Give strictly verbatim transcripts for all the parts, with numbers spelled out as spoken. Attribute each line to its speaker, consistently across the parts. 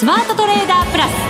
Speaker 1: スマートトレーダープラス。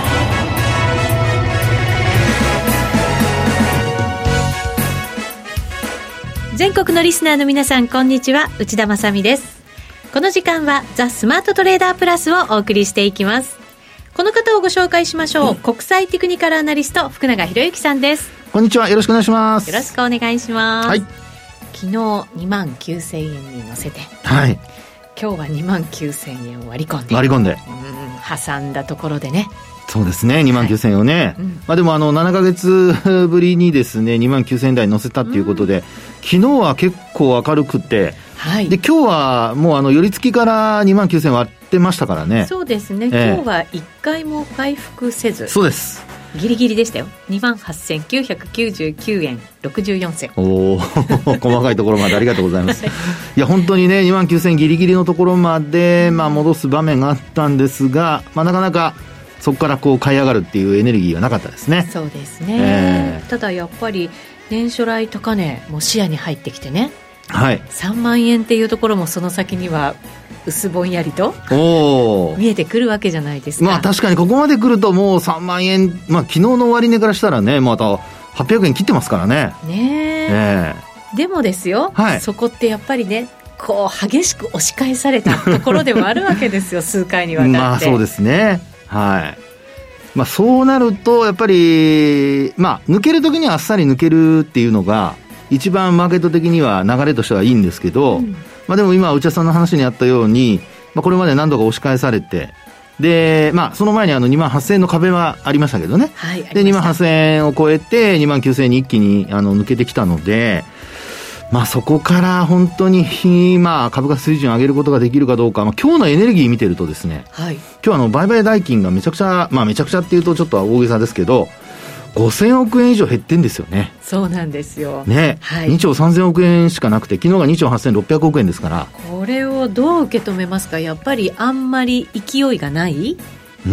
Speaker 1: 全国のリスナーの皆さん、こんにちは、内田まさみです。この時間はザ・スマートトレーダープラスをお送りしていきます。この方をご紹介しましょう、うん、国際テクニカルアナリスト福永博之さんです。
Speaker 2: こんにちは、よろしくお願いします。
Speaker 1: よろしくお願いします、はい、昨日にまんきゅうせんえんに乗せて、はい、今日はにまんきゅうせんえんを割り込んで
Speaker 2: 割り込んで、
Speaker 1: うん、挟んだところでね。
Speaker 2: そうですね、にまんきゅうせんえんをね、はい、うん、まあ、でもあのななかげつぶりにですねにまんきゅうせんえん台に乗せたということで、うん、昨日は結構明るくて、はい、で今日はもうあの寄り付きからにまんきゅうせん割ってましたからね。
Speaker 1: そうですね、えー、今日はいっかいも回復せず、
Speaker 2: そうです、
Speaker 1: ギリギリでしたよ。 にまんはっせんきゅうひゃくきゅうじゅうきゅうえんろくじゅうよんせん。
Speaker 2: お細かいところまでありがとうございますいや本当にねにまんきゅうせんギリギリのところまで、まあ、戻す場面があったんですが、まあ、なかなかそこからこう買い上がるっていうエネルギーがなかったですね。
Speaker 1: そうですね、えー、ただやっぱり年初来高値も視野に入ってきてね、はい、さんまんえんっていうところもその先には薄ぼんやりと見えてくるわけじゃないですか。
Speaker 2: まあ確かにここまで来るともうさんまんえん、まあ、昨日の終値からしたらねまたはっぴゃくえん切ってますからね。
Speaker 1: ねえ、えー、でもですよ、はい、そこってやっぱりねこう激しく押し返されたところでもあるわけですよ数回にわたって。
Speaker 2: まあそうですね、はい、まあ、そうなるとやっぱり、まあ、抜けるときにはあっさり抜けるっていうのが一番マーケット的には流れとしてはいいんですけど、うん、まあ、でも今内田さんの話にあったように、まあ、これまで何度か押し返されて、で、まあ、その前にあのにまんはっせんえんの壁はありましたけどね、はい、でにまんはっせんえんを超えてにまんきゅうせんえんに一気にあの抜けてきたので、まあ、そこから本当に、まあ、株価水準を上げることができるかどうか、まあ、今日のエネルギー見てるとですね、はい、今日あの売買代金がめちゃくちゃ、まあ、めちゃくちゃっていうとちょっと大げさですけどごせんおくえん以上減ってんですよね。
Speaker 1: そうなんですよ、
Speaker 2: ね、はい、にちょうさんぜんおくえんしかなくて昨日がにちょうはっせんろっぴゃくおくえんですから、
Speaker 1: これをどう受け止めますか。やっぱりあんまり勢いがない。
Speaker 2: うん、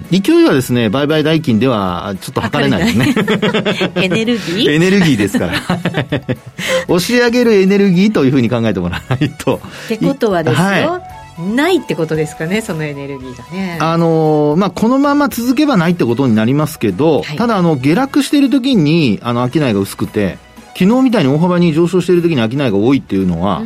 Speaker 2: 勢いはですね売買代金ではちょっと測れないですね
Speaker 1: エネルギー
Speaker 2: エネルギーですから押し上げるエネルギーというふうに考えてもらわないと。
Speaker 1: ってことはですよ、はい、ないってことですかね、そのエネルギーがね。
Speaker 2: あの、まあ、このまま続けばないってことになりますけど、はい、ただあの下落している時にあの商いが薄くて昨日みたいに大幅に上昇している時に商いが多いっていうのは、うん、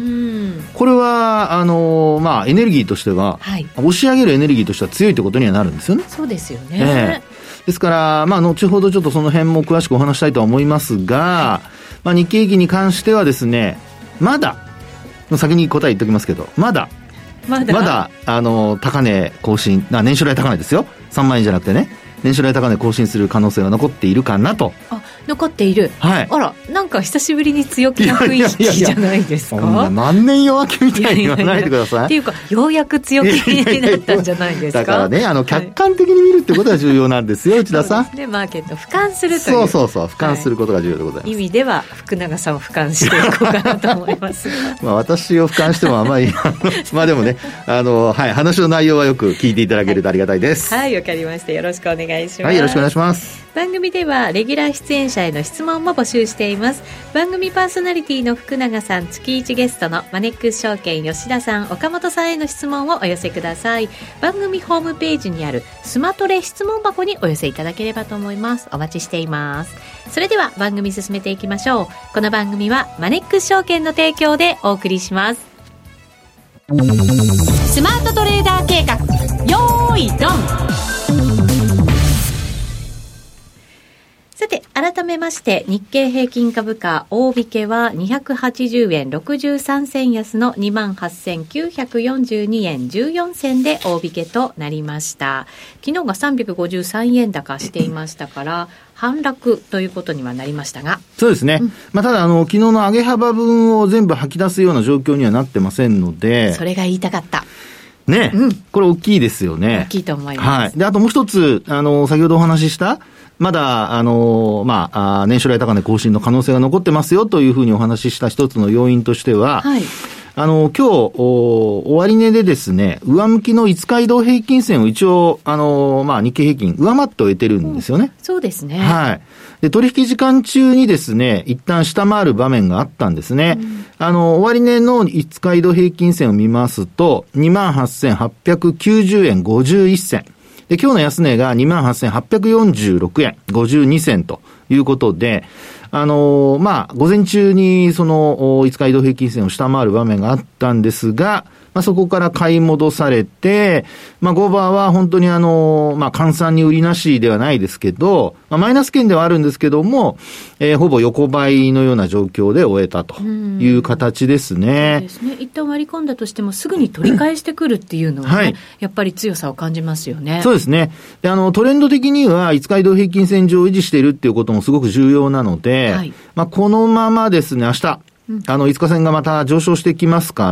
Speaker 2: これはあの、まあ、エネルギーとしては、はい、押し上げるエネルギーとしては強いってことにはなるんですよね。
Speaker 1: そうですよね、
Speaker 2: えー、ですから、まあ、後ほどちょっとその辺も詳しくお話したいとは思いますが、はい、まあ、日経平均に関してはですねまだ先に答え言っておきますけどまだまだ、まだあの高値更新、あ年初来高値ですよ、さんまんえんじゃなくてね年初来高値更新する可能性は残っているかなと。
Speaker 1: あ、残っている、はい、あら、なんか久しぶりに強気な雰囲気じゃないですか。いやいやいや、
Speaker 2: そんな万年弱気みたいに言わないでください。
Speaker 1: っていうかようやく強気になったんじゃないですか。
Speaker 2: だからねあの客観的に見るってことが重要なんですよ、はい、内田さん。
Speaker 1: そうですね、マーケット俯瞰するという、
Speaker 2: そうそうそう、俯瞰することが重要でございます、はい、
Speaker 1: 意味では福永さんを俯瞰していこうかなと思います
Speaker 2: まあ私を俯瞰してもあまりまあでもねあの、はい、話の内容はよく聞いていただけるとありがたいです。
Speaker 1: はい、わ、はい、かりました。よろしくお願いします。
Speaker 2: はい、よろしくお願いします。
Speaker 1: 番組ではレギュラー出演者への質問も募集しています。番組パーソナリティの福永さん、月いちゲストのマネックス証券吉田さん、岡本さんへの質問をお寄せください。番組ホームページにあるスマトレ質問箱にお寄せいただければと思います。お待ちしています。それでは番組進めていきましょう。この番組はマネックス証券の提供でお送りします。スマートトレーダー計画、よーいドン。さて改めまして日経平均株価大引けはにひゃくはちじゅうえんろくじゅうさんせん安の にまんはっせんきゅうひゃくよんじゅうにえんじゅうよんせんで大引けとなりました。昨日がさんびゃくごじゅうさんえん高していましたから反落ということにはなりましたが、
Speaker 2: そうですね、うん、まあ、ただあの昨日の上げ幅分を全部吐き出すような状況にはなってませんので、
Speaker 1: それが言いたかった
Speaker 2: ね、うん、これ大きいですよね。
Speaker 1: 大きいと思います、
Speaker 2: はい、であともう一つあの先ほどお話ししたまだ、あのー、まあ、あ年初来高値更新の可能性が残ってますよというふうにお話しした一つの要因としては、はい、あの、今日、終値でですね、上向きのいつか移動平均線を一応、あの、まあ、日経平均上回って終えてるんですよね。
Speaker 1: そうですね。
Speaker 2: はい。で、取引時間中にですね、一旦下回る場面があったんですね。うん、あの、終値のいつか移動平均線を見ますと、にまんはっせんはっぴゃくきゅうじゅうえんごじゅういっせん。 で、今日の安値が にまんはっせんはっぴゃくよんじゅうろくえんごじゅうにせんということで、あのー、まあ、午前中にそのいつか移動平均線を下回る場面があったんですが、まあ、そこから買い戻されて、まあ、ゴーバーは本当にあの、まあ、換算に売りなしではないですけど、まあ、マイナス圏ではあるんですけども、えー、ほぼ横ばいのような状況で終えたという形ですね。
Speaker 1: そうですね。一旦割り込んだとしてもすぐに取り返してくるっていうのはね、はい、やっぱり強さを感じますよね。
Speaker 2: そうですね。で、あの、トレンド的にはいつか移動平均線上を維持しているっていうこともすごく重要なので、はい、まあ、このままですね、明日、あの、いつか線がまた上昇してきますから、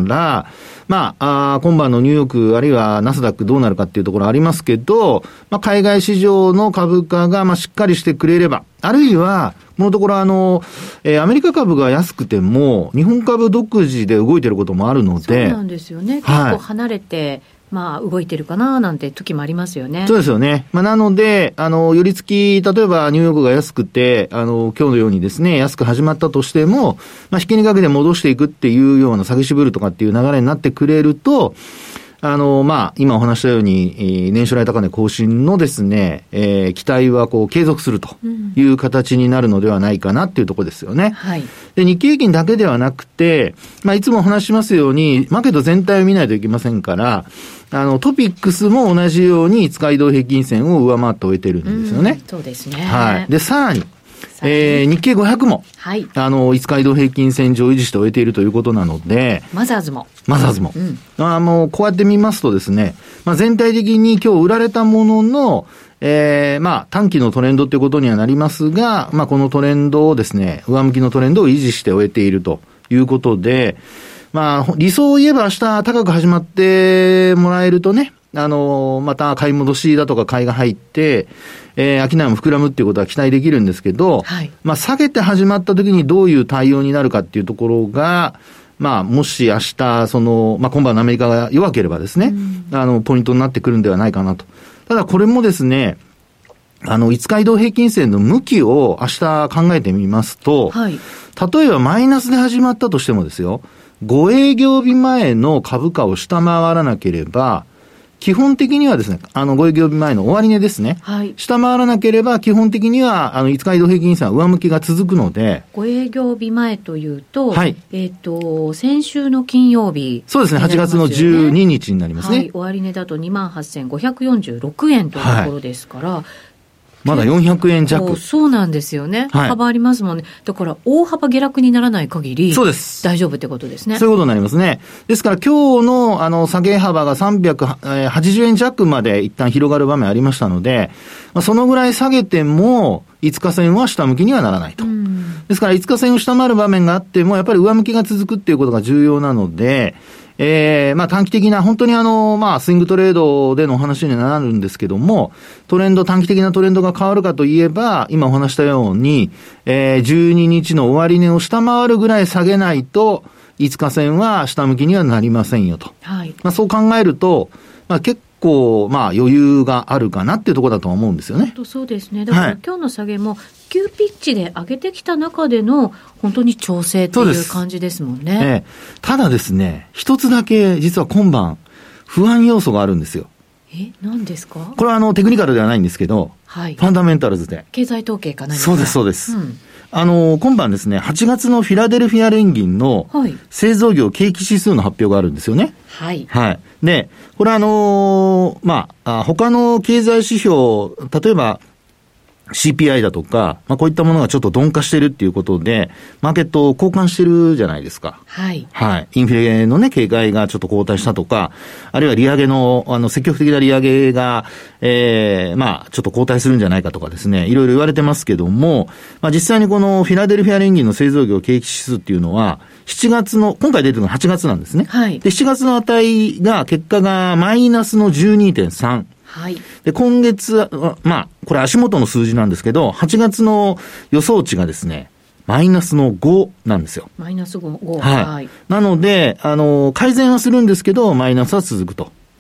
Speaker 2: まあ、あ今晩のニューヨークあるいはナスダックどうなるかっていうところありますけど、まあ、海外市場の株価がまあしっかりしてくれれば、あるいは、このところあの、えー、アメリカ株が安くても、日本株独自で動いていることもあるので。そう
Speaker 1: なんですよね。結構離れて、はい、まあ、動いてるかななんて時もありますよね。
Speaker 2: そうですよね。まあ、なので、あの、寄り付き、例えばニューヨークが安くて、あの、今日のようにですね、安く始まったとしても、まあ、引きにかけて戻していくっていうような下げ渋るとかっていう流れになってくれると、あの、まあ、今お話したように、えー、年初来高値更新のですね、えー、期待はこう継続するという形になるのではないかなっていうところですよね。
Speaker 1: はい。
Speaker 2: で、日経平均だけではなくて、まあ、いつもお話しますように、マーケット全体を見ないといけませんから、あの、トピックスも同じようにいつか移動平均線を上回って終えてるんですよね。
Speaker 1: そうですね。
Speaker 2: はい。で、さらに、えー、日経ごひゃくも、はい、あの、いつか移動平均線上維持して終えているということなので、
Speaker 1: マザーズも。
Speaker 2: マザーズも。うん、あの、こうやって見ますとですね、まあ、全体的に今日売られたものの、えー、まあ、短期のトレンドということにはなりますが、まあ、このトレンドをですね、上向きのトレンドを維持して終えているということで、まあ、理想を言えば明日高く始まってもらえるとね、あの、また買い戻しだとか買いが入って、えー、商いも膨らむっていうことは期待できるんですけど、はい、まあ、下げて始まった時にどういう対応になるかっていうところが、まあ、もし明日、その、まあ、今晩のアメリカが弱ければですね、うん、あの、ポイントになってくるんではないかなと。ただ、これもですね、あの、いつか移動平均線の向きを明日考えてみますと、はい、例えばマイナスで始まったとしてもですよ、ご営業日前の株価を下回らなければ、基本的にはですね、あの、ご営業日前の終値ですね。はい。下回らなければ、基本的には、あの、いつか移動平均線は上向きが続くので。
Speaker 1: ご営業日前というと、はい。えっ、ー、と、先週の金曜日、ね。
Speaker 2: そうですね、はちがつのじゅうににちになりますね。はい。
Speaker 1: 終値だと にまんはっせんごひゃくよんじゅうろくえんというところですから、はい、
Speaker 2: まだよんひゃくえん弱。
Speaker 1: そうなんですよね。はい、幅ありますもんね。だから大幅下落にならない限り、
Speaker 2: そうです。
Speaker 1: 大丈夫ってことですね。
Speaker 2: そういうことになりますね。ですから今日のあの下げ幅がさんびゃくはちじゅうえん弱まで一旦広がる場面ありましたので、まあ、そのぐらい下げてもいつか線は下向きにはならないと。ですからいつか線を下回る場面があってもやっぱり上向きが続くっていうことが重要なので、えー、まあ短期的な、本当にあの、まあスイングトレードでのお話になるんですけども、トレンド、短期的なトレンドが変わるかといえば、今お話したように、えー、じゅうににちの終値を下回るぐらい下げないと、いつか線は下向きにはなりませんよと。はい。まあそう考えると、まあ結構、こう、まあ余裕があるかなっていうところだと思うんですよね。
Speaker 1: そうですね。だから今日の下げも急ピッチで上げてきた中での本当に調整っていう感じですもんね。
Speaker 2: ええ、ただですね、一つだけ実は今晩不安要素があるんですよ。
Speaker 1: え、何ですか？
Speaker 2: これはあのテクニカルではないんですけど、はい、ファンダメンタルズで。
Speaker 1: 経済統計か何か。
Speaker 2: そうですそうです。うん、あの今晩ですね、はちがつのフィラデルフィア連銀の製造業景気指数の発表があるんですよね。
Speaker 1: はい。
Speaker 2: はい。で、これはあのー、まあ、あ他の経済指標、例えば シーピーアイ だとか、まあこういったものがちょっと鈍化してるっていうことで、マーケットを交換してるじゃないですか。
Speaker 1: はい。
Speaker 2: はい。インフレのね、警戒がちょっと後退したとか、あるいは利上げの、あの、積極的な利上げが、ええー、まあ、ちょっと後退するんじゃないかとかですね、いろいろ言われてますけども、まあ実際にこのフィラデルフィア連銀の製造業景気指数っていうのは、しちがつの、今回出てるのがはちがつなんですね。はい。で、しちがつの値が、結果がマイナスの じゅうにてんさん。はい。で、今月は、まあ、これ足元の数字なんですけど、はちがつの予想値がですね、マイナスのごなんですよ。
Speaker 1: マイナスご。
Speaker 2: はい。はい、なので、あの、改善はするんですけど、マイナスは続くと。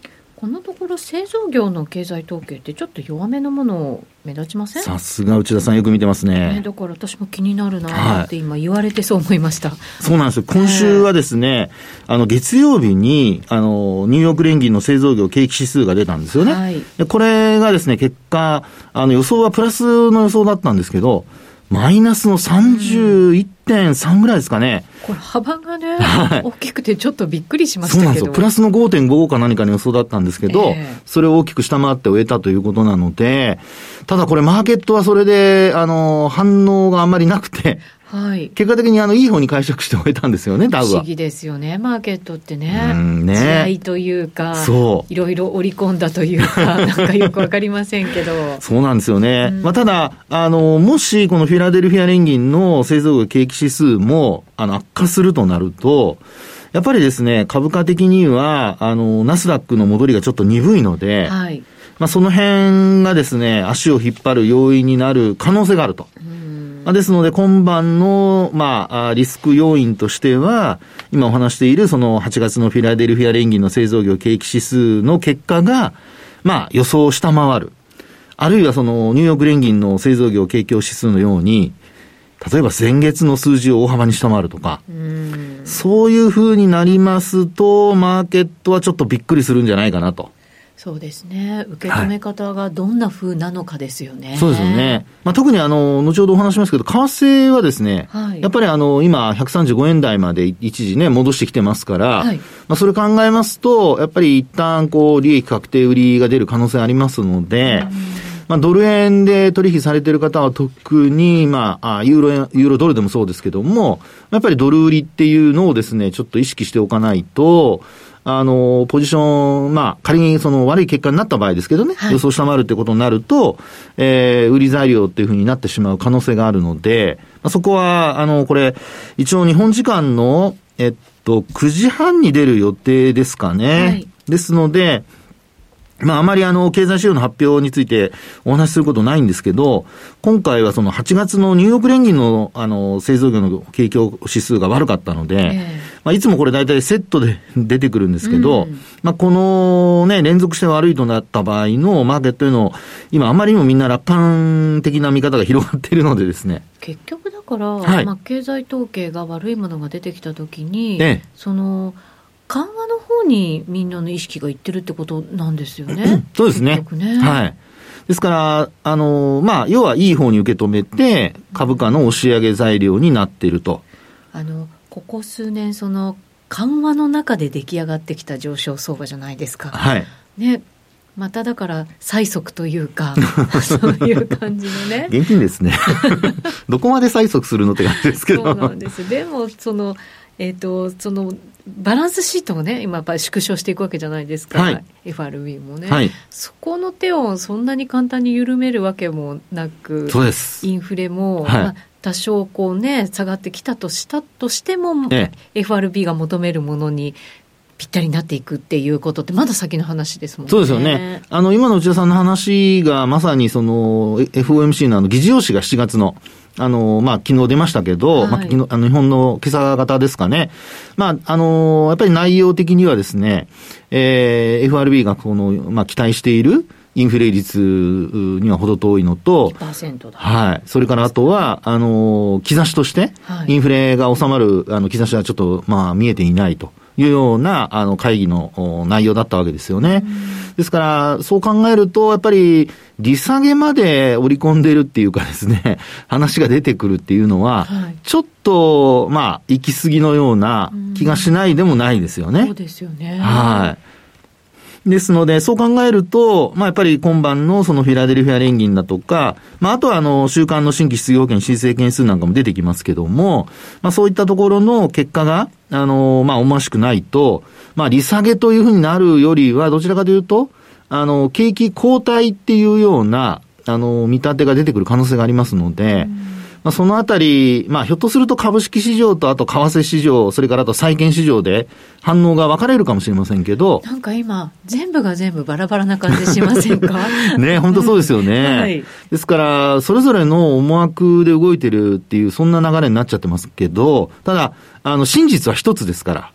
Speaker 1: このところ製造業の経済統計ってちょっと弱めのものを目立ちません？
Speaker 2: さすが内田さんよく見てますね。
Speaker 1: ね、だから私も気になるなって今言われてそう思いました。はい、
Speaker 2: そうなんですよ。今週はですね、あの月曜日にあのニューヨーク連銀の製造業景気指数が出たんですよね。はい、でこれがですね、結果あの予想はプラスの予想だったんですけど、マイナスの さんじゅういってんさん ぐらいですかね。
Speaker 1: これ幅がね、はい、大きくてちょっとびっくりしましたけど。
Speaker 2: そうなんですよ。プラスの ごてんごご か何かの予想だったんですけど、えー、それを大きく下回って終えたということなので、ただこれマーケットはそれであの反応があんまりなくて、はい、結果的にあのいい方に解釈して終えたんですよね、ダウは。
Speaker 1: 不思議ですよね、マーケットってね。
Speaker 2: うんね、
Speaker 1: 試合というか、そういろいろ織り込んだというか、なんかよくわかりませんけど。
Speaker 2: そうなんですよね。うん、まあ、ただあの、もしこのフィラデルフィア連銀の製造業景気指数もあの悪化するとなると、やっぱりですね、株価的にはあのナスダックの戻りがちょっと鈍いので、はい、まあ、その辺がですね、足を引っ張る要因になる可能性があると。ですので、今晩の、まあ、リスク要因としては、今お話している、そのはちがつのフィラデルフィア連銀の製造業景気指数の結果が、まあ、予想を下回る。あるいは、その、ニューヨーク連銀の製造業景況指数のように、例えば前月の数字を大幅に下回るとか、うんそういう風になりますと、マーケットはちょっとびっくりするんじゃないかなと。
Speaker 1: そうですね。受け止め方がどんな風なのかですよね。はい、
Speaker 2: そうですよね。まあ、特にあの、後ほどお話しますけど、為替はですね、はい、やっぱりあの、今、ひゃくさんじゅうごえん台まで一時ね、戻してきてますから、はい、まあ、それ考えますと、やっぱり一旦こう、利益確定売りが出る可能性ありますので、まあ、ドル円で取引されている方は特に、まあ、ユーロ円、ユーロドルでもそうですけども、やっぱりドル売りっていうのをですね、ちょっと意識しておかないと、あの、ポジション、まあ、仮にその悪い結果になった場合ですけどね、はい、予想下回るってことになると、えー、売り材料っていうふうになってしまう可能性があるので、まあ、そこは、あの、これ、一応日本時間の、えっと、くじはんに出る予定ですかね。はい、ですので、まあ、あまりあの、経済指標の発表についてお話しすることないんですけど、今回はそのはちがつのニューヨーク連銀のあの、製造業の景況指数が悪かったので、えー、まあ、いつもこれ大体セットで出てくるんですけど、うん、まあ、このね、連続して悪いとなった場合のマーケットへの、今あまりにもみんな楽観的な見方が広がっているのでですね。
Speaker 1: 結局だから、はい、まあ、経済統計が悪いものが出てきたときに、えー、その、緩和の方にみんなの意識がいってるってことなんですよね。
Speaker 2: そうですね。ね、はい。ですから、あの、まあ、要はいい方に受け止めて、株価の押し上げ材料になっていると。
Speaker 1: あの、ここ数年、その、緩和の中で出来上がってきた上昇相場じゃないですか。
Speaker 2: はい。
Speaker 1: ね。まただから催促というかそういう感じのね
Speaker 2: 現金ですねどこまで催促するのって感じですけど。
Speaker 1: そうなんです。でもそのえっとそのバランスシートをね今やっぱり縮小していくわけじゃないですか、はい、エフアールビー もね、はい、そこの手をそんなに簡単に緩めるわけもなく、
Speaker 2: そうです。
Speaker 1: インフレも、はい、まあ、多少こうね下がってきたとしたとしても、ええ、エフアールビー が求めるものにぴったりになっていくっていうことってまだ先の話ですもんね。
Speaker 2: そうですよね。あの今の内田さんの話がまさにその エフオーエムシー のあの議事要旨がしちがつのあのまあ昨日出ましたけど、はい、まあ、昨日あの日本の今朝方ですかね。まああのやっぱり内容的にはですね、えー、エフアールビー がこのまあ期待しているインフレ率には程遠いのと、
Speaker 1: にパーセント だ。
Speaker 2: はい。それからあとは、あの、兆しとして、インフレが収まる、あの、兆しはちょっと、まあ、見えていないというような、あの、会議の内容だったわけですよね。ですから、そう考えると、やっぱり、利下げまで織り込んでるっていうかですね、話が出てくるっていうのは、はい、ちょっと、まあ、行き過ぎのような気がしないでもないですよね。
Speaker 1: そうですよね。
Speaker 2: はい。ですので、そう考えると、まあ、やっぱり今晩のそのフィラデルフィア連銀だとか、まあ、あとはあの、週間の新規失業保険申請件数なんかも出てきますけども、まあ、そういったところの結果が、あの、まあ、思わしくないと、まあ、利下げというふうになるよりは、どちらかというと、あの、景気後退っていうような、あの、見立てが出てくる可能性がありますので、まあ、そのあたり、まあ、ひょっとすると株式市場とあと為替市場、それからあと債券市場で反応が分かれるかもしれませんけど。
Speaker 1: なんか今、全部が全部バラバラな感じしませんか
Speaker 2: ね、本当そうですよね。はい、ですから、それぞれの思惑で動いてるっていう、そんな流れになっちゃってますけど、ただ、あの、真実は一つですから。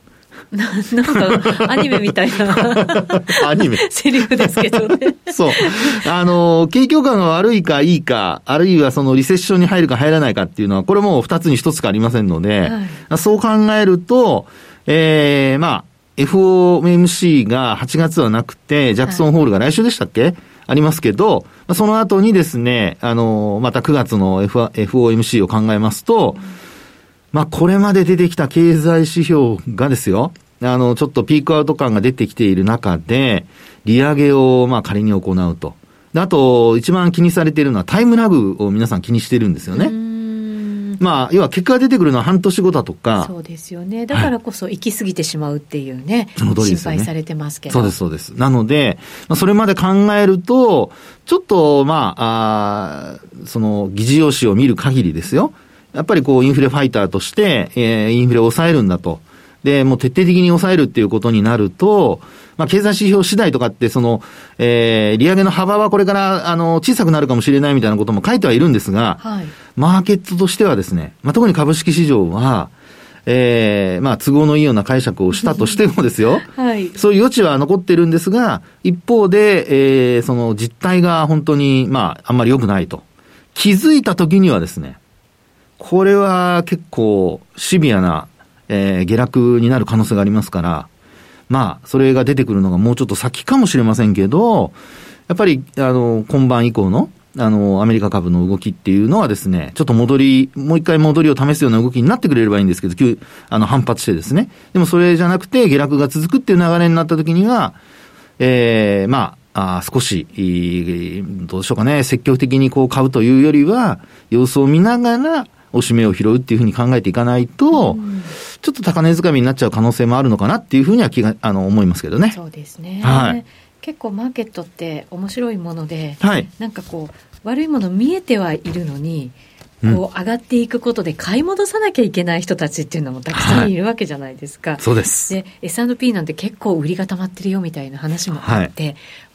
Speaker 1: な, なんかアニメみたいな
Speaker 2: アニメ
Speaker 1: セリフですけどね。
Speaker 2: そう。あの、景況感が悪いかいいか、あるいはそのリセッションに入るか入らないかっていうのは、これもう二つに一つしかありませんので、はい、そう考えると、えー、まあ、エフオーエムシー がはちがつはなくて、ジャクソンホールが来週でしたっけ、はい、ありますけど、その後にですね、あの、またくがつの F、エフオーエムシー を考えますと、うん、まあ、これまで出てきた経済指標がですよ、あの、ちょっとピークアウト感が出てきている中で、利上げを、まあ、仮に行うと。で、あと、一番気にされているのはタイムラグを皆さん気にしてるんですよね。まあ、要は結果が出てくるのは半年後だとか。
Speaker 1: そうですよね。だからこそ行き過ぎてしまうっていうね、はい、心配されてますけど。
Speaker 2: そうです、そうです。なので、まあ、それまで考えると、ちょっと、まあ、あその、議事要旨を見る限りですよ。やっぱりこう、インフレファイターとして、えー、インフレを抑えるんだと。で、もう徹底的に抑えるっていうことになると、まあ、経済指標次第とかって、その、えー、利上げの幅はこれから、あの、小さくなるかもしれないみたいなことも書いてはいるんですが、はい、マーケットとしてはですね、まあ、特に株式市場は、えー、まあ、都合のいいような解釈をしたとしてもですよ、はい、そういう余地は残ってるんですが、一方で、えー、その実態が本当に、まあ、あんまり良くないと。気づいた時にはですね、これは結構シビアな、えー、下落になる可能性がありますから、まあ、それが出てくるのがもうちょっと先かもしれませんけど、やっぱり、あの、今晩以降の、あの、アメリカ株の動きっていうのはですね、ちょっと戻り、もう一回戻りを試すような動きになってくれればいいんですけど、急、あの、反発してですね。でもそれじゃなくて、下落が続くっていう流れになった時には、えー、まあ、あ少し、どうでしょうかね、積極的にこう買うというよりは、様子を見ながら、おしめを拾うっていうふうに考えていかないと、うん、ちょっと高値掴みになっちゃう可能性もあるのかなっていうふうには気が、あの、思いますけどね。
Speaker 1: そうですね。
Speaker 2: はい。
Speaker 1: 結構マーケットって面白いもので、
Speaker 2: はい、
Speaker 1: なんかこう、悪いもの見えてはいるのに、こう上がっていくことで買い戻さなきゃいけない人たちっていうのもたくさんいるわけじゃないですか。
Speaker 2: はい、そうです。
Speaker 1: で、エスアンドピー なんて結構売りが溜まってるよみたいな話もあって、はい、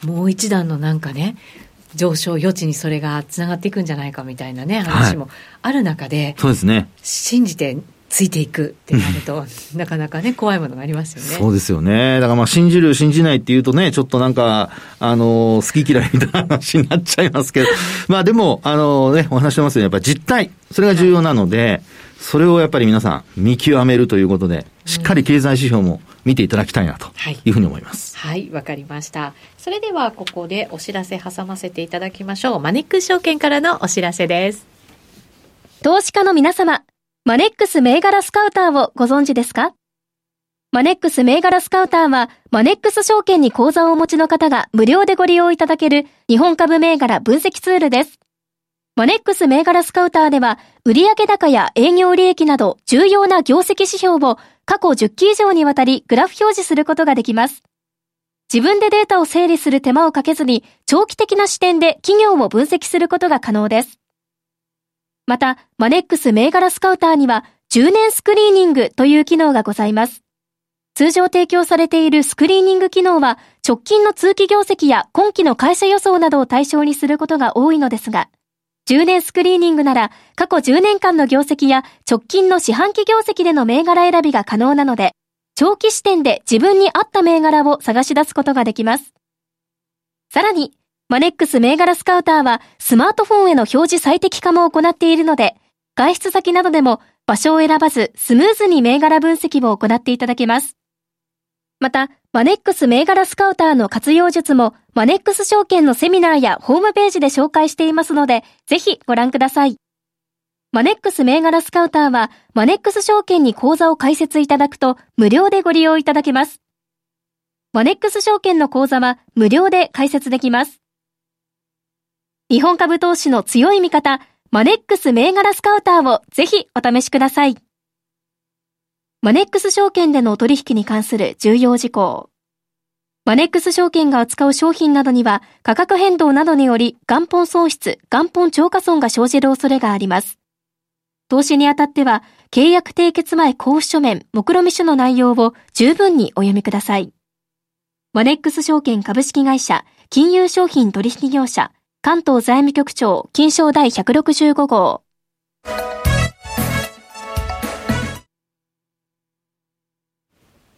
Speaker 1: もう一段のなんかね、上昇余地にそれがつながっていくんじゃないかみたいなね話もある中で、はい、
Speaker 2: そうですね、
Speaker 1: 信じてついていくってなるとなかなかね怖いものがありますよね。
Speaker 2: そうですよね。だからまあ信じる信じないっていうとねちょっとなんかあの好き嫌いみたいな話になっちゃいますけどまあでもあのねお話してますようにやっぱり実態それが重要なので、はい、それをやっぱり皆さん見極めるということでしっかり経済指標も見ていただきたいなというふうに思います。
Speaker 1: はい、わ、はい、かりました。それではここでお知らせ挟ませていただきましょう。マネックス証券からのお知らせです。
Speaker 3: 投資家の皆様、マネックス銘柄スカウターをご存知ですか？マネックス銘柄スカウターはマネックス証券に口座をお持ちの方が無料でご利用いただける日本株銘柄分析ツールです。マネックス銘柄スカウターでは売上高や営業利益など重要な業績指標を過去じゅっき以上にわたりグラフ表示することができます。自分でデータを整理する手間をかけずに長期的な視点で企業を分析することが可能です。また、マネックス銘柄スカウターにはじゅうねんスクリーニングという機能がございます。通常提供されているスクリーニング機能は直近の通期業績や今期の会社予想などを対象にすることが多いのですが、じゅうねんスクリーニングなら過去じゅうねんかんの業績や直近の四半期業績での銘柄選びが可能なので、長期視点で自分に合った銘柄を探し出すことができます。さらに、マネックス銘柄スカウターはスマートフォンへの表示最適化も行っているので、外出先などでも場所を選ばずスムーズに銘柄分析を行っていただけます。また、マネックス銘柄スカウターの活用術もマネックス証券のセミナーやホームページで紹介していますので、ぜひご覧ください。マネックス銘柄スカウターはマネックス証券に口座を開設いただくと無料でご利用いただけます。マネックス証券の口座は無料で開設できます。日本株投資の強い味方、マネックス銘柄スカウターをぜひお試しください。マネックス証券での取引に関する重要事項。マネックス証券が扱う商品などには価格変動などにより元本損失、元本超過損が生じる恐れがあります。投資にあたっては契約締結前交付書面、目論見書の内容を十分にお読みください。マネックス証券株式会社、金融商品取引業者、関東財務局長、金商第ひゃくろくじゅうご号。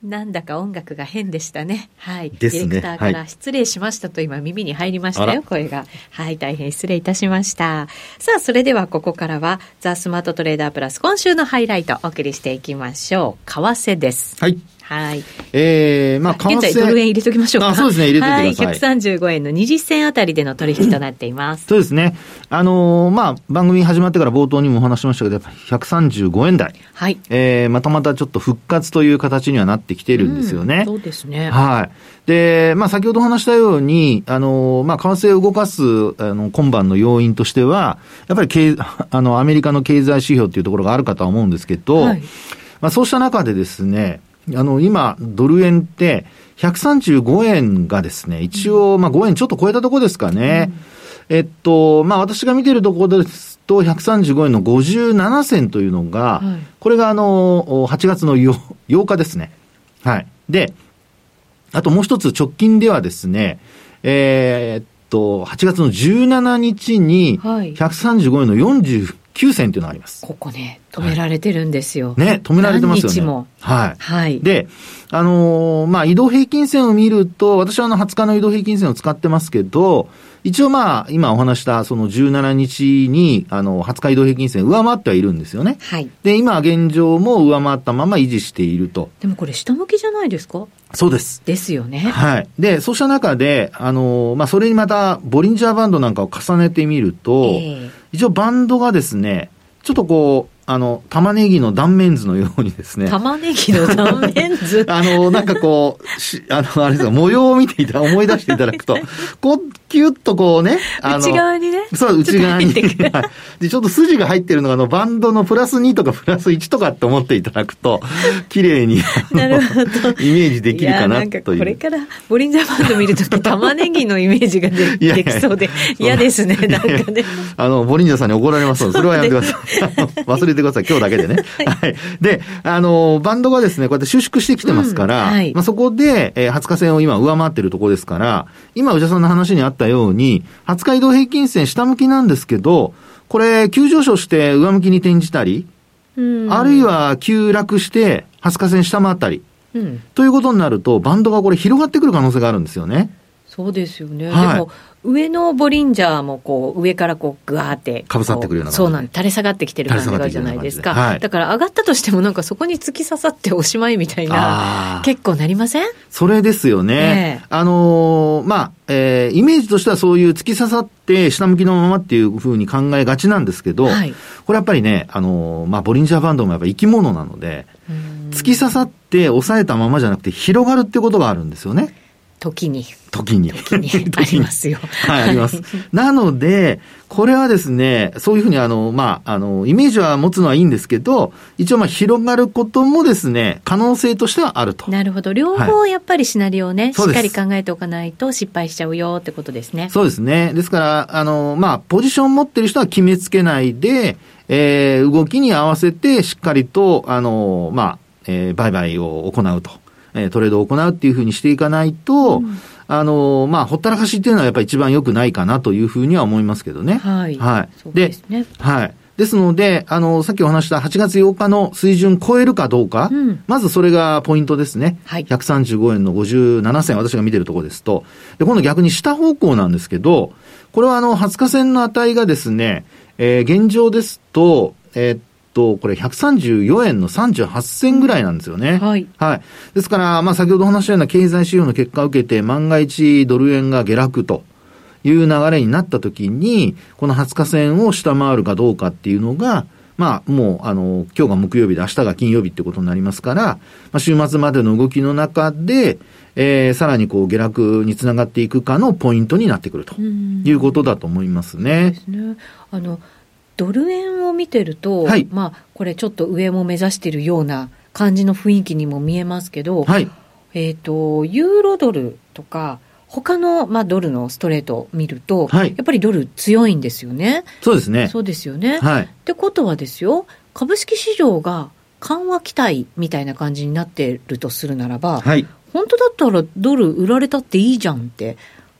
Speaker 1: なんだか音楽が変でしたね。はい。
Speaker 2: ですね。
Speaker 1: ディレクターから失礼しましたと今耳に入りましたよ、声が。はい、大変失礼いたしました。さあ、それではここからはザ・スマートトレーダープラス今週のハイライトお送りしていきましょう。為替です。
Speaker 2: はい。
Speaker 1: はい。
Speaker 2: えー、まあ、為替。
Speaker 1: 現在ドル円入れときましょうか。
Speaker 2: あ、そうですね、入れといてください。はい、
Speaker 1: ひゃくさんじゅうごえんのにじゅっ銭あたりでの取引となっています。
Speaker 2: そうですね。あのー、まあ、番組始まってから冒頭にもお話しましたけど、やっぱりひゃくさんじゅうごえん台。はい。えー、またまたちょっと復活という形にはなってきてるんですよね。
Speaker 1: うん、そうですね。
Speaker 2: はい。で、まあ、先ほどお話したように、あのー、まあ、為替を動かす、あの、今晩の要因としては、やっぱり経、あの、アメリカの経済指標っていうところがあるかとは思うんですけど、はい、まあ、そうした中でですね、あの、今、ドル円って、ひゃくさんじゅうごえんがですね、一応、まあ、ごえんちょっと超えたところですかね。うん、えっと、まあ、私が見てるところですと、ひゃくさんじゅうごえんのごじゅうなな銭というのが、はい、これがあの、はちがつのようかですね。はい。で、あともう一つ直近ではですね、えー、っと、はちがつのじゅうしちにちに、ひゃくさんじゅうごえんのよんじゅうきゅう銭というのがあります。
Speaker 1: ここね、止められてるんですよ。
Speaker 2: はい、ね、止められてますよね。
Speaker 1: 何日も。
Speaker 2: はい。
Speaker 1: はい。
Speaker 2: で、あのー、まあ、移動平均線を見ると、私はあのはつかの移動平均線を使ってますけど、一応まあ、今お話したそのじゅうしちにちに、あの、はつか移動平均線上回ってはいるんですよね。はい。で、今現状も上回ったまま維持していると。
Speaker 1: でもこれ下向きじゃないですか？
Speaker 2: そうです。
Speaker 1: ですよね。
Speaker 2: はい。で、そうした中で、あのー、まあ、それにまた、ボリンジャーバンドなんかを重ねてみると、えー、一応バンドがですね、ちょっとこう、あの、玉ねぎの断面図のようにですね。
Speaker 1: 玉ねぎの断面図
Speaker 2: あの、なんかこう、しあの、あれですよ、模様を見ていたら、思い出していただくと、こう、キュッとこうね、
Speaker 1: あの、内側にね。
Speaker 2: そう、内側に。で、ちょっと筋が入ってるのが、あの、バンドのプラスにとかプラスいちとかって思っていただくと、綺麗に、なるほど。イメージできるかなという。いや、なんか
Speaker 1: これから、ボリンジャーバンド見るとき、玉ねぎのイメージが で, できそうで、嫌ですね、なんかね。
Speaker 2: あの、ボリンジャーさんに怒られますので、それはやめてください。忘れてください、今日だけでね。はい。で、あの、バンドがですね、こうやって収縮してきてますから、うんはい、まあ、そこで、えー、はつか線を今上回っているところですから、今、内田さんの話にあったように、はつか移動平均線下向きなんですけど、これ、急上昇して上向きに転じたり、うん、あるいは急落して、はつか線下回ったり、うん、ということになると、バンドがこれ広がってくる可能性があるんですよね。
Speaker 1: そうですよね。はい、でも、上のボリンジャーもこう上からこうグワーって
Speaker 2: かぶさってくるような感じ。
Speaker 1: そうなん垂れ下がってきてる感じがあるじゃないですか、はい、だから上がったとしてもなんかそこに突き刺さっておしまいみたいな結構なりません？
Speaker 2: それですよね、えー、あのー、まあ、えー、イメージとしてはそういう突き刺さって下向きのままっていうふうに考えがちなんですけど、はい、これやっぱりね、あのー、まあ、ボリンジャーバンドもやっぱり生き物なので突き刺さって押さえたままじゃなくて広がるっていうことがあるんですよね。
Speaker 1: 時に。
Speaker 2: 時に。
Speaker 1: 時に。ありますよ。
Speaker 2: はい、あります。なので、これはですね、そういうふうにあの、まあ、あの、イメージは持つのはいいんですけど、一応まあ、広がることもですね、可能性としてはあると。
Speaker 1: なるほど。両方やっぱりシナリオをね、はい、しっかり考えておかないと失敗しちゃうよってことですね。
Speaker 2: そうですね。ですから、あの、まあ、ポジション持ってる人は決めつけないで、えー、動きに合わせてしっかりと、あの、まあ、えー、売買を行うと。トレードを行うっていうふうにしていかないと、うん、あの、まあ、ほったらかしっていうのはやっぱり一番良くないかなというふうには思いますけどね。
Speaker 1: はい。はい。そうですね。
Speaker 2: で、はい。ですので、あの、さっきお話したはちがつようかの水準超えるかどうか、うん、まずそれがポイントですね。はい。ひゃくさんじゅうごえんのごじゅうなな銭、私が見てるところですと。で、今度逆に下方向なんですけど、これはあの、はつか線の値がですね、えー、現状ですと、えーと、これひゃくさんじゅうよえんのさんじゅうはち銭ぐらいなんですよね。はい。はい。ですから、まあ先ほどお話したような経済指標の結果を受けて、万が一ドル円が下落という流れになったときに、このはつか線を下回るかどうかっていうのが、まあもう、あの、今日が木曜日で明日が金曜日ってことになりますから、まあ週末までの動きの中で、えー、さらにこう下落につながっていくかのポイントになってくるということだと思いますね。
Speaker 1: そうですね。あの、ドル円を見てると、はい、まあ、これちょっと上も目指しているような感じの雰囲気にも見えますけど、はい、えっと、ユーロドルとか、他の、まあ、ドルのストレートを見ると、はい、やっぱりドル強いんですよね。
Speaker 2: そうですね。
Speaker 1: そうですよね。
Speaker 2: はい。
Speaker 1: ってことはですよ、株式市場が緩和期待みたいな感じになっているとするならば、はい、本当だったらドル売られたっていいじゃんって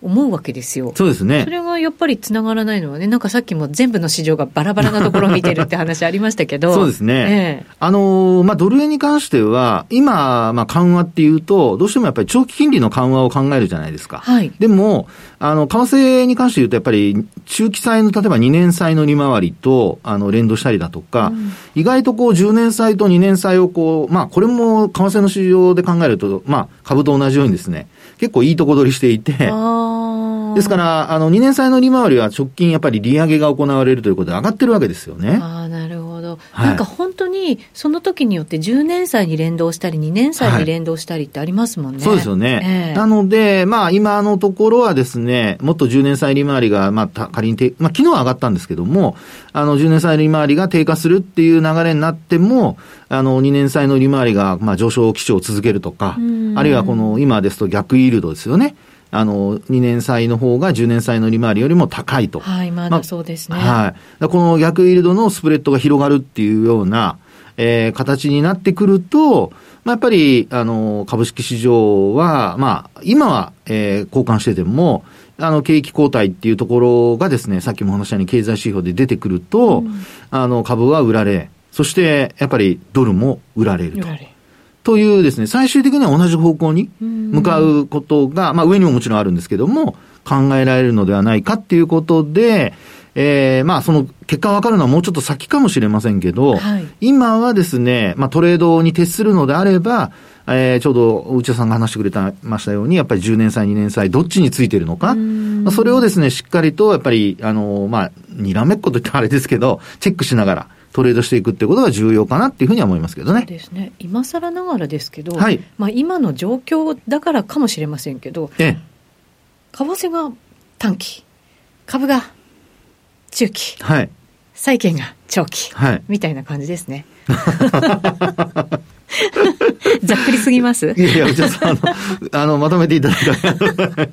Speaker 1: 思うわけですよ。
Speaker 2: そうですね。
Speaker 1: それがやっぱりつながらないのはね、なんかさっきも全部の市場がバラバラなところを見てるって話ありましたけど
Speaker 2: そうですね、ええ、あのーまあ、ドル円に関しては今、まあ、緩和っていうとどうしてもやっぱり長期金利の緩和を考えるじゃないですか、はい、でもあの為替に関して言うとやっぱり中期債の例えばにねん債の利回りとあの連動したりだとか、うん、意外とこうじゅうねん債とにねん債をこう、まあ、これも為替の市場で考えると、まあ、株と同じようにですね結構いいとこ取りしていて、ですから、あの、にねん債の利回りは直近やっぱり利上げが行われるということで上がってるわけですよね。
Speaker 1: ああ、なるほど。はい、なんか本当にその時によってじゅうねん債に連動したりにねん債に連動したりってありますもんね。はい、
Speaker 2: そうですよね。えー、なので、まあ今のところはですね、もっとじゅうねん債利回りが、まあ仮にて、まあ昨日は上がったんですけども、あのじゅうねん債利回りが低下するっていう流れになっても、あのにねん債の利回りがまあ上昇基調を続けるとか、あるいはこの今ですと逆イールドですよね。あのにねん債の方がじゅうねん債の利回りよりも高いと。
Speaker 1: はい、まだそうですね。
Speaker 2: まあ、はい。この逆イールドのスプレッドが広がるっていうような、えー、形になってくると、まあ、やっぱりあの株式市場はまあ今は、えー、交換しててもあの景気後退っていうところがですね、さっきも話したように経済指標で出てくると、うん、あの株は売られ、そしてやっぱりドルも売られると。というですね、最終的には同じ方向に向かうことが、まあ上にももちろんあるんですけども、考えられるのではないかっていうことで、えー、まあその結果が分かるのはもうちょっと先かもしれませんけど、はい、今はですね、まあトレードに徹するのであれば、えー、ちょうど内田さんが話してくれたましたように、やっぱりじゅうねん債、にねん債、どっちについてるのか、まあ、それをですね、しっかりとやっぱり、あの、まあ、にらめっこと言ったらあれですけど、チェックしながら、トレードしていくってことが重要かなっていうふうには思いますけどね。
Speaker 1: そうですね。今更ながらですけど、
Speaker 2: はい、
Speaker 1: まあ今の状況だからかもしれませんけど、ええ、為替が短期、株が中期、はい、債券が長期、はい、みたいな感じですね。ざっくりすぎます？
Speaker 2: いやいや、ちょっとあの、あのまとめていただいた。なんか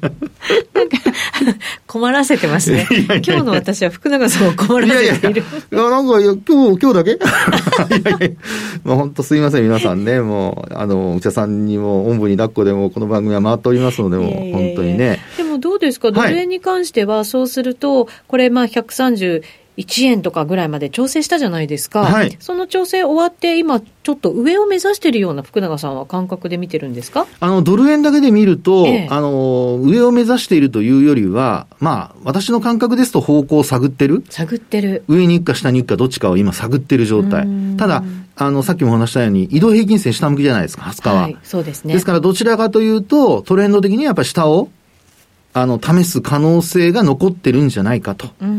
Speaker 1: 困らせてますね。いやいやいや、今日の私は福永さんを困らせている。
Speaker 2: いやいやいや、なんか今日今日だけ？いやいや、まあ本当すいません皆さんね、もうあの内田さんにもおんぶに抱っこでもこの番組は回っておりますので、もう本当にね。
Speaker 1: でもどうですか、ドル円に関しては、はい、そうするとこれまあひゃくさんじゅういちえんとかぐらいまで調整したじゃないですか、はい、その調整終わって今ちょっと上を目指しているような福永さんは感覚で見てるんですか？
Speaker 2: あのドル円だけで見ると、ええ、あの上を目指しているというよりは、まあ私の感覚ですと方向を探ってる
Speaker 1: 探ってる
Speaker 2: 上に行くか下に行くかどっちかを今探ってる状態。ただあのさっきも話したように移動平均線下向きじゃないですか、はつかは、はい、
Speaker 1: そうですね。
Speaker 2: ですからどちらかというとトレンド的にはやっぱり下をあの試す可能性が残ってるんじゃないかと。うん、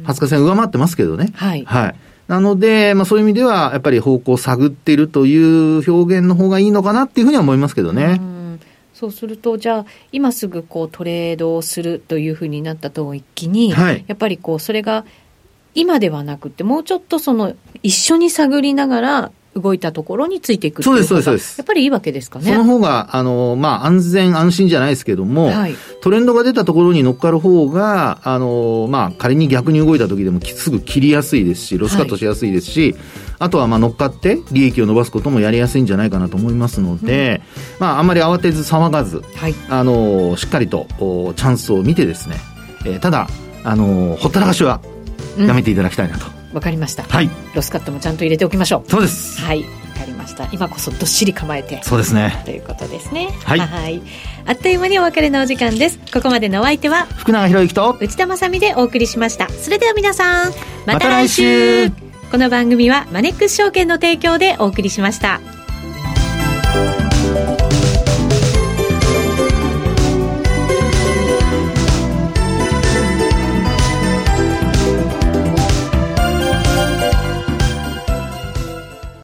Speaker 2: はつか線上回ってますけどね。はい。はい。なので、まあそういう意味ではやっぱり方向を探っているという表現の方がいいのかなっていうふうには思いますけどね。
Speaker 1: うん、そうするとじゃあ今すぐこうトレードをするというふうになったと一気に、はい、やっぱりこうそれが今ではなくてもうちょっとその一緒に探りながら動いたところについていくっていうのがやっぱりいいわけですかね。
Speaker 2: その方があの、まあ、安全安心じゃないですけども、はい、トレンドが出たところに乗っかる方があの、まあ、仮に逆に動いた時でもすぐ切りやすいですしロスカットしやすいですし、はい、あとはまあ乗っかって利益を伸ばすこともやりやすいんじゃないかなと思いますので、うん、まあ、あんまり慌てず騒がず、はい、あのしっかりとチャンスを見てですね、えー、ただあのほったらかしはやめていただきたいなと、
Speaker 1: うん、わかりました、
Speaker 2: はい、
Speaker 1: ロスカットもちゃんと入れておきましょう。
Speaker 2: そうです。
Speaker 1: はい、わかりました。今こそどっしり構えて、
Speaker 2: そうですね、
Speaker 1: ということですね。
Speaker 2: はい、
Speaker 1: はい、あっという間にお別れのお時間です。ここまでのお相手は
Speaker 2: 福永博之と
Speaker 1: 内田まさみでお送りしました。それでは皆さんまた来週、また来週。この番組はマネックス証券の提供でお送りしました。